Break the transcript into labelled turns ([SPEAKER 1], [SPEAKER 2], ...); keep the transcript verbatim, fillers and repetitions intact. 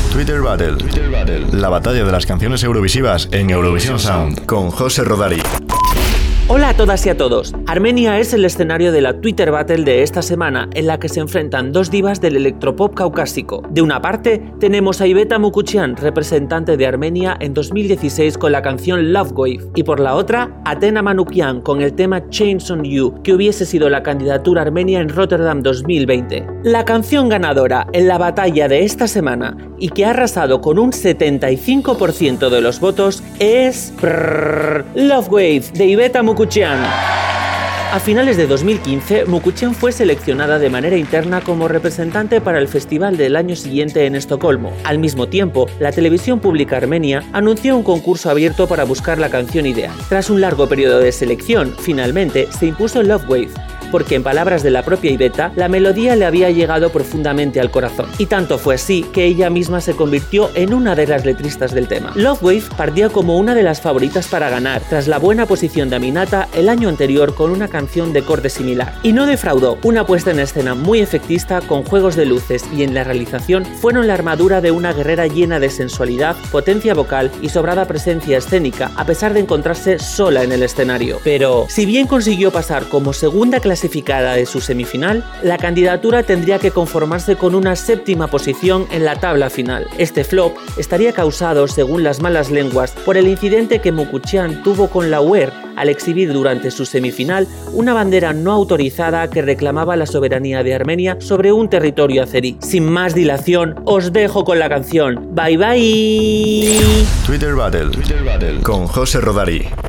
[SPEAKER 1] Twitter Battle. Twitter Battle. La batalla de las canciones eurovisivas en Eurovision Sound con José Rodari.
[SPEAKER 2] Hola a todas y a todos. Armenia es el escenario de la Twitter Battle de esta semana, en la que se enfrentan dos divas del electropop caucásico. De una parte, tenemos a Iveta Mukuchyan, representante de Armenia en dos mil dieciséis con la canción Love Wave, y por la otra, Atena Manukyan con el tema Chains on You, que hubiese sido la candidatura armenia en Rotterdam dos mil veinte. La canción ganadora en la batalla de esta semana, y que ha arrasado con un setenta y cinco por ciento de los votos, es prrr, Love Wave de Iveta Mukuchyan. A finales de dos mil quince, Mukuchyan fue seleccionada de manera interna como representante para el festival del año siguiente en Estocolmo. Al mismo tiempo, la televisión pública armenia anunció un concurso abierto para buscar la canción ideal. Tras un largo periodo de selección, finalmente se impuso Love Wave, porque en palabras de la propia Iveta, la melodía le había llegado profundamente al corazón. Y tanto fue así que ella misma se convirtió en una de las letristas del tema. Love Wave partía como una de las favoritas para ganar, tras la buena posición de Aminata el año anterior con una canción de corte similar. Y no defraudó, una puesta en escena muy efectista con juegos de luces, y en la realización fueron la armadura de una guerrera llena de sensualidad, potencia vocal y sobrada presencia escénica, a pesar de encontrarse sola en el escenario. Pero, si bien consiguió pasar como segunda clasificada clasificada de su semifinal, la candidatura tendría que conformarse con una séptima posición en la tabla final. Este flop estaría causado, según las malas lenguas, por el incidente que Mukuchyan tuvo con la U E R al exhibir durante su semifinal una bandera no autorizada que reclamaba la soberanía de Armenia sobre un territorio azerí. Sin más dilación, os dejo con la canción. Bye bye.
[SPEAKER 1] Twitter Battle, Twitter Battle con José Rodari.